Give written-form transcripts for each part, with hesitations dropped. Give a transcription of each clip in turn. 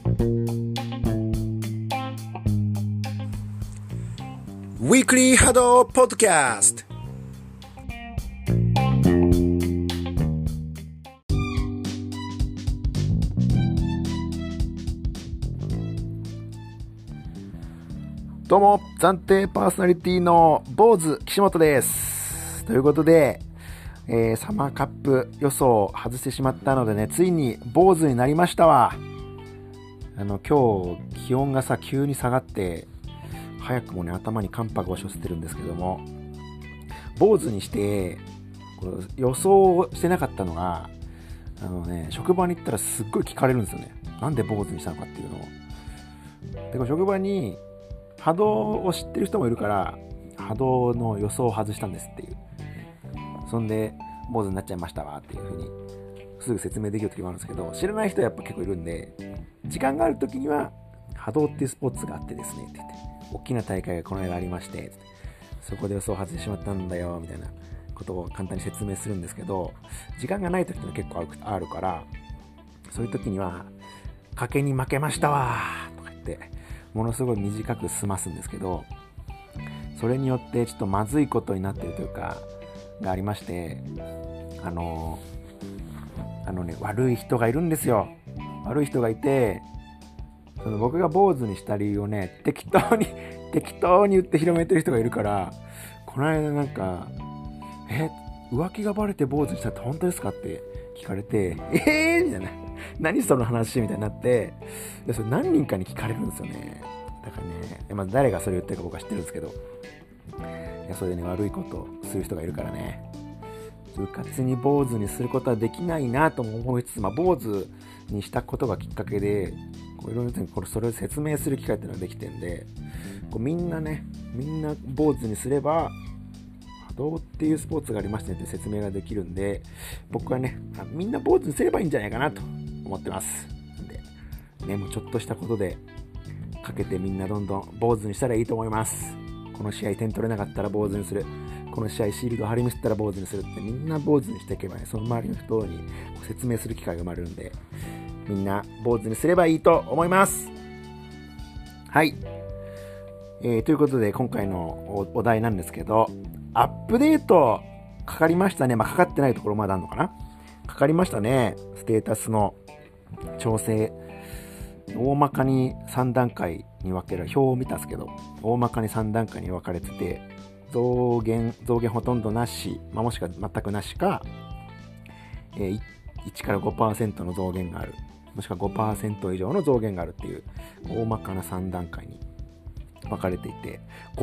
ウィークリーハドポッドキャスト。どうも、暫定パーソナリティの坊主岸本です。ということで、サマーカップ予想を外してしまったのでね、ついに坊主になりましたわ。今日気温が急に下がって早くもね頭に寒波が押し寄せてるんですけども、坊主にして予想してなかったのが職場に行ったらすっごい聞かれるんですよね。なんで坊主にしたのかっていうのを。で職場に波動を知ってる人もいるから波動の予想を外したんですっていう、そんで坊主になっちゃいましたわっていう風にすぐ説明できる時もあるんですけど、知らない人はやっぱ結構いるんで、時間がある時には波動っていうスポーツがあってですねって言って、大きな大会がこの間ありまして、そこで予想を外してしまったんだよみたいなことを簡単に説明するんですけど、時間がない時も結構あるから、そういう時には賭けに負けましたわとか言ってものすごい短く済ますんですけど、それによってちょっとまずいことになっているというかがありまして、悪い人がいるんですよ。悪い人がいて、僕が坊主にした理由をね適当に言って広めてる人がいるから、この間浮気がバレて坊主にしたって本当ですかって聞かれて、みたいな、何その話みたいになって、でそれ何人かに聞かれるんですよね。だからね、誰がそれ言ってるか僕は知ってるんですけど、それでね悪いことをする人がいるからね、部活に坊主にすることはできないなと思いつつ、坊主にしたことがきっかけでいろんな人にそれを説明する機会っていうのができてるんで、みんな坊主にすれば波動っていうスポーツがありましてって説明ができるんで、僕はねみんな坊主にすればいいんじゃないかなと思ってます。でね、もうちょっとしたことでかけてみんなどんどん坊主にしたらいいと思います。この試合点取れなかったら坊主にする、この試合シールド張りミスったら坊主にするって、みんな坊主にしていけばね、その周りの人に説明する機会が生まれるんで、みんな坊主にすればいいと思います。はい、ということで今回のお題なんですけど、アップデートかかりましたね。かかってないところまだあるのかな。かかりましたね。ステータスの調整、大まかに3段階に分ける、表を見たんですけど、大まかに3段階に分かれてて、増減ほとんどなし、もしくは全くなしか、1から 5% の増減がある、もしくは 5% 以上の増減があるっていう大まかな3段階に分かれていて、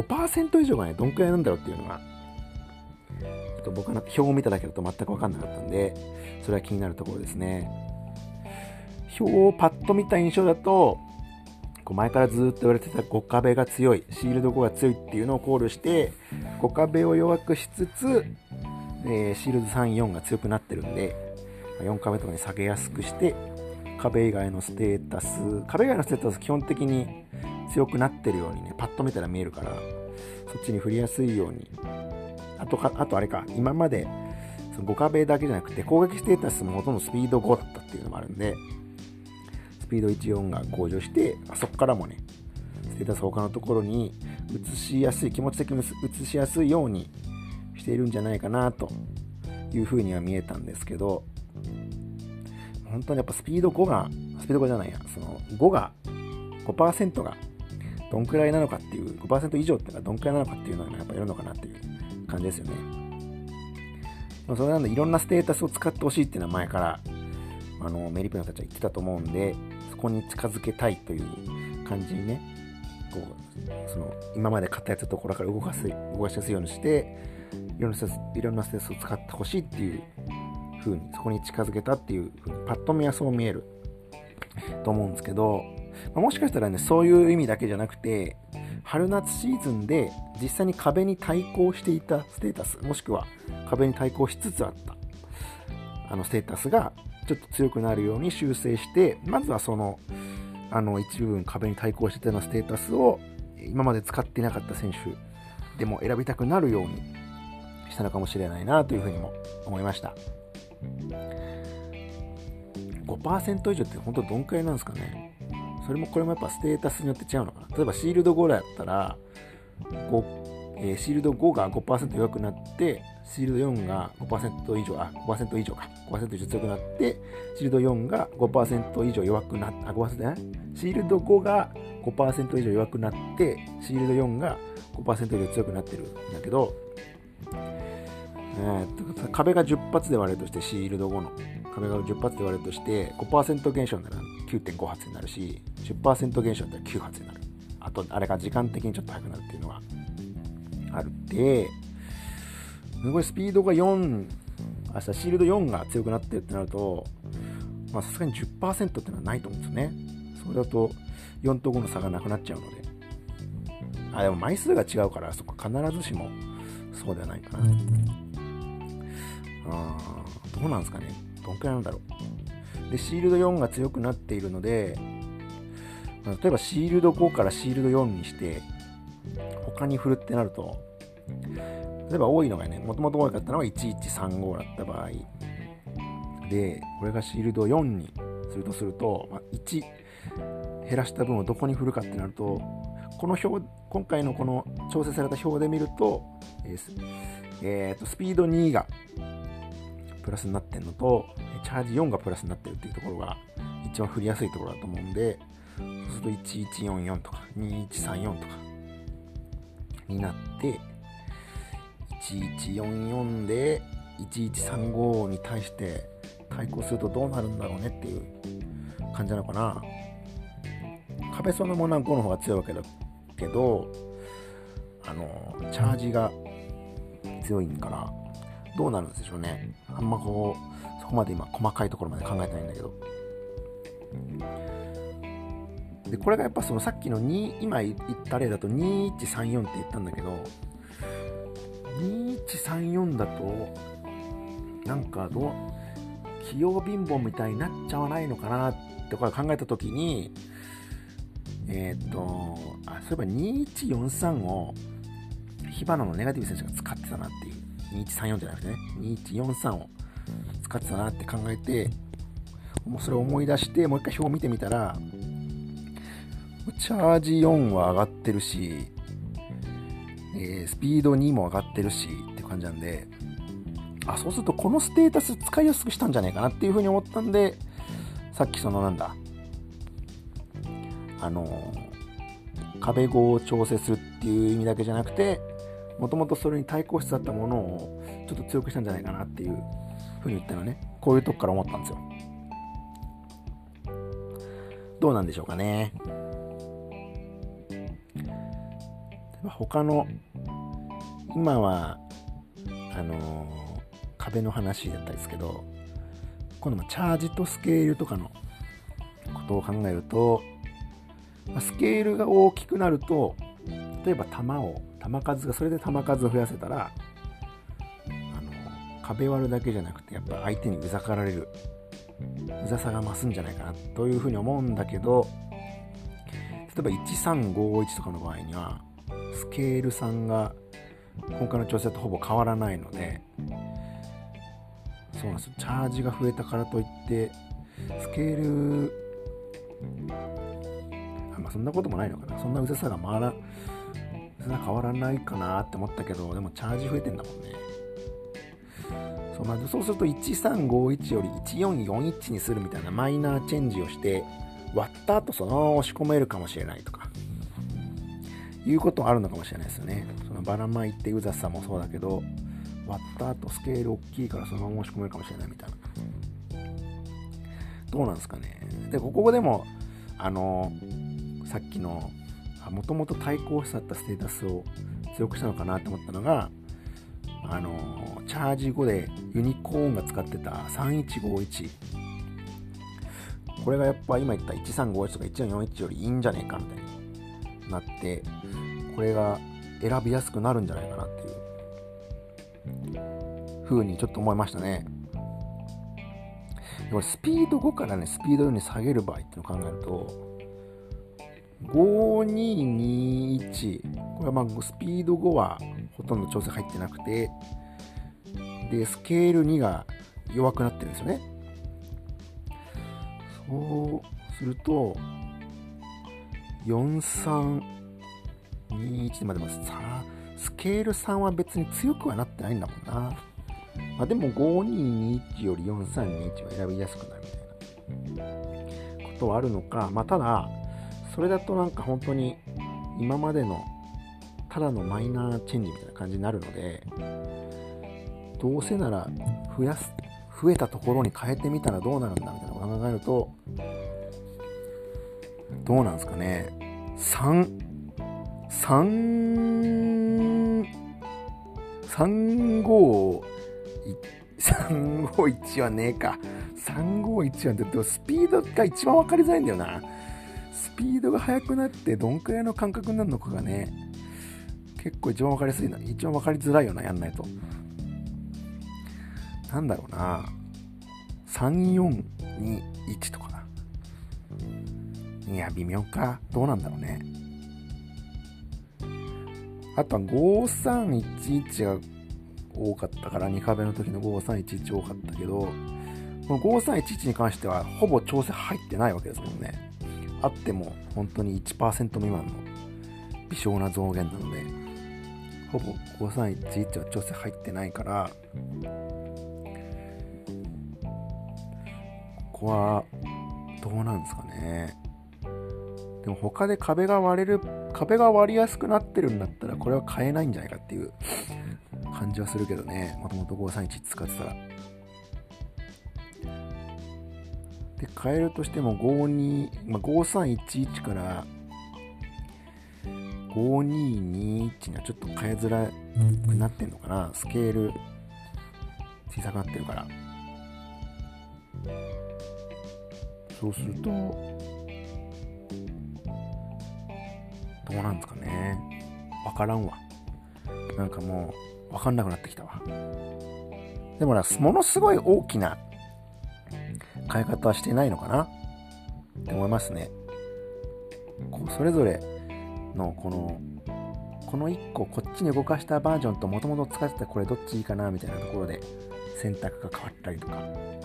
5% 以上がねどんくらいなんだろうっていうのがちょっと僕は表を見ただけだと全く分かんなかったんで、それは気になるところですね。表をパッと見た印象だと、前からずっと言われてた5壁が強い、シールド5が強いっていうのを考慮して5壁を弱くしつつ、シールド3、4が強くなってるんで、4壁とかに下げやすくして、壁以外のステータス基本的に強くなってるようにね、パッと見たら見えるから、そっちに振りやすいように。あとあれか、今までその5壁だけじゃなくて攻撃ステータスもほとんどスピード5だったっていうのもあるんで、スピード14が向上して、そこからもねステータス他のところに気持ち的に移しやすいようにしているんじゃないかなというふうには見えたんですけど、本当にやっぱスピード5じゃないや、その5が 5% がどんくらいなのかっていう、5% 以上っていうのがどんくらいなのかっていうのがやっぱいるのかなっていう感じですよね。それなんでいろんなステータスを使ってほしいっていうのは前からメリプロたちは言ってたと思うんで、そこに近づけたいという感じにね、その今まで買ったやつのところから動かしやすいようにして、いろんなステータスを使ってほしいっていう風に、そこに近づけたっていう風にパッと見はそう見えると思うんですけど、もしかしたらねそういう意味だけじゃなくて、春夏シーズンで実際に壁に対抗していたステータス、もしくは壁に対抗しつつあったステータスがちょっと強くなるように修正して、まずはその一部分壁に対抗してたようなステータスを今まで使っていなかった選手でも選びたくなるようにしたのかもしれないなというふうにも思いました。5% 以上って本当どんくらいなんですかね。 それもこれもやっぱステータスによって違うのかな。例えばシールド5だったらシールド5が 5% 弱くなって、シールド4が 5% 以上、5% 以上か。5% 以上強くなって、シールド4が 5% 以上弱くなって、5% ね。シールド5が 5% 以上弱くなって、シールド4が 5% 以上強くなってるんだけど、壁が10発で割れるとして、シールド5の壁が10発で割れるとして、5% 減少なら 9.5 発になるし、10% 減少だったら9発になる。あと、あれが時間的にちょっと速くなるっていうのがあるって、すごいスピードが4、シールド4が強くなってるってなると、さすがに 10% ってのはないと思うんですよね。それだと4と5の差がなくなっちゃうので。でも枚数が違うから、そこ必ずしもそうではないかな。どうなんですかね。どんくらいなんだろう。で、シールド4が強くなっているので、例えばシールド5からシールド4にして、他に振るってなると、例えば多いのがね、もともと多かったのは1135だった場合で、これがシールド4にすると、1減らした分をどこに振るかってなると、この表、今回のこの調整された表で見ると、スピード2がプラスになってるのと、チャージ4がプラスになってるっていうところが一番振りやすいところだと思うんで、そうすると1144とか2134とかになって、1144で1135に対して対抗するとどうなるんだろうねっていう感じなのかな。壁そのものは5の方が強いわけだけど、チャージが強いからどうなるんでしょうね。あんまそこまで今細かいところまで考えてないんだけど。でこれがやっぱそのさっきの今言った例だと2134って言ったんだけど、2134だとなんか器用貧乏みたいになっちゃわないのかなってこれ考えたときに、そういえば2143を火花のネガティブ選手が使ってたなっていう、2134じゃなくてね、2143を使ってたなって考えて、もうそれを思い出してもう一回表を見てみたら、チャージ4は上がってるし、スピード2も上がってるしって感じなんで、そうするとこのステータス使いやすくしたんじゃないかなっていうふうに思ったんで、さっき壁5を調整するっていう意味だけじゃなくて、もともとそれに対抗してだったものをちょっと強くしたんじゃないかなっていうふうに言ったのね。こういうとこから思ったんですよ。どうなんでしょうかね。他の今は壁の話だったんですけど、今度チャージとスケールとかのことを考えると、スケールが大きくなると、例えばそれで弾数を増やせたら、壁割るだけじゃなくてやっぱ相手にうざさが増すんじゃないかなというふうに思うんだけど、例えば1351とかの場合にはスケール3が今回の調整とほぼ変わらないので、そうなんですよ。チャージが増えたからといってスケールそんなこともないのかな。そんなうざさが変わらないかなって思ったけど、でもチャージ増えてんだもんね。そうすると1351より1441にするみたいなマイナーチェンジをして割った後そのまま押し込めるかもしれないとかいうことあるのかもしれないですよね。そのばらまいてうざさもそうだけど、割った後スケール大きいからそのまま押し込めるかもしれないみたいな。どうなんですかね。でここでもさっきのもともと対抗してあったステータスを強くしたのかなと思ったのが、チャージ後でユニコーンが使ってた3151、これがやっぱ今言った1351とか1441よりいいんじゃねえかみたいになって、これが選びやすくなるんじゃないかなっていう風にちょっと思いましたね。でもスピード5からねスピード4に下げる場合っていうのを考えると、5221、これはスピード5はほとんど調整入ってなくて、でスケール2が弱くなってるんですよね。そうすると 4321で、まあでもさ、スケール3は別に強くはなってないんだもんな。まあでも5221より4321は選びやすくなるみたいなことはあるのか。まあただ、それだとなんか本当に今までのただのマイナーチェンジみたいな感じになるので、どうせなら増えたところに変えてみたらどうなるんだみたいなことを考えると、どうなんですかね。351はねえか。351はでもスピードが一番分かりづらいんだよな。スピードが速くなってどんくらいの感覚になるのかがね、結構一番分かりづらいよな、やんないと。なんだろうな、3421とかな。いや微妙か、どうなんだろうね。あとは5311が多かったから、2壁の時の5311多かったけど、この5311に関してはほぼ調整入ってないわけですもんね。あっても本当に 1% 未満の微小な増減なので、ほぼ5311は調整入ってないから、ここはどうなんですかね。でも他で壁が割りやすくなってるんだったら、これは変えないんじゃないかっていう感じはするけどね。もともと531使ってたら。で、変えるとしても5311から5221にはちょっと変えづらくなってんのかな。スケール小さくなってるから。そうするとどうなんですかね。わからんわ。なんかもうわかんなくなってきたわ。でもものすごい大きな変え方はしてないのかなって思いますね。それぞれのこの1個こっちに動かしたバージョンと元々使ってたこれどっちいいかなみたいなところで選択が変わったりとか、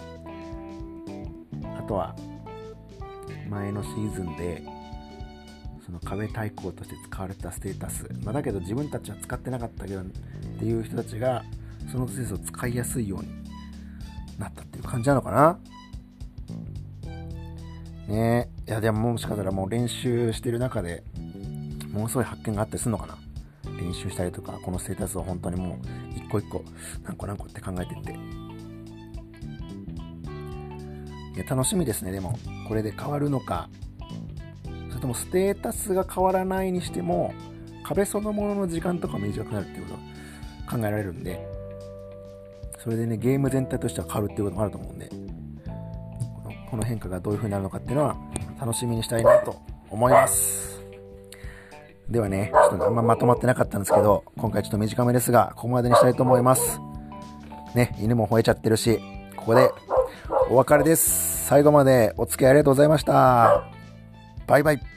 あとは前のシーズンでその壁対抗として使われたステータス、だけど自分たちは使ってなかったけどっていう人たちがそのステータスを使いやすいようになったっていう感じなのかなね。いやでももしかしたらもう練習してる中でものすごい発見があったりするのかな。練習したりとか、このステータスを本当にもう一個一個何個って考えてって、いや楽しみですね。でもこれで変わるのか、それともステータスが変わらないにしても壁そのものの時間とか短くなるっていうことが考えられるんで、それでねゲーム全体としては変わるっていうこともあると思うんで、この変化がどういう風になるのかっていうのは楽しみにしたいなと思います。ではね、ちょっとあんままとまってなかったんですけど、今回ちょっと短めですがここまでにしたいと思いますね。犬も吠えちゃってるし、ここでお別れです。最後までお付き合いありがとうございました。バイバイ。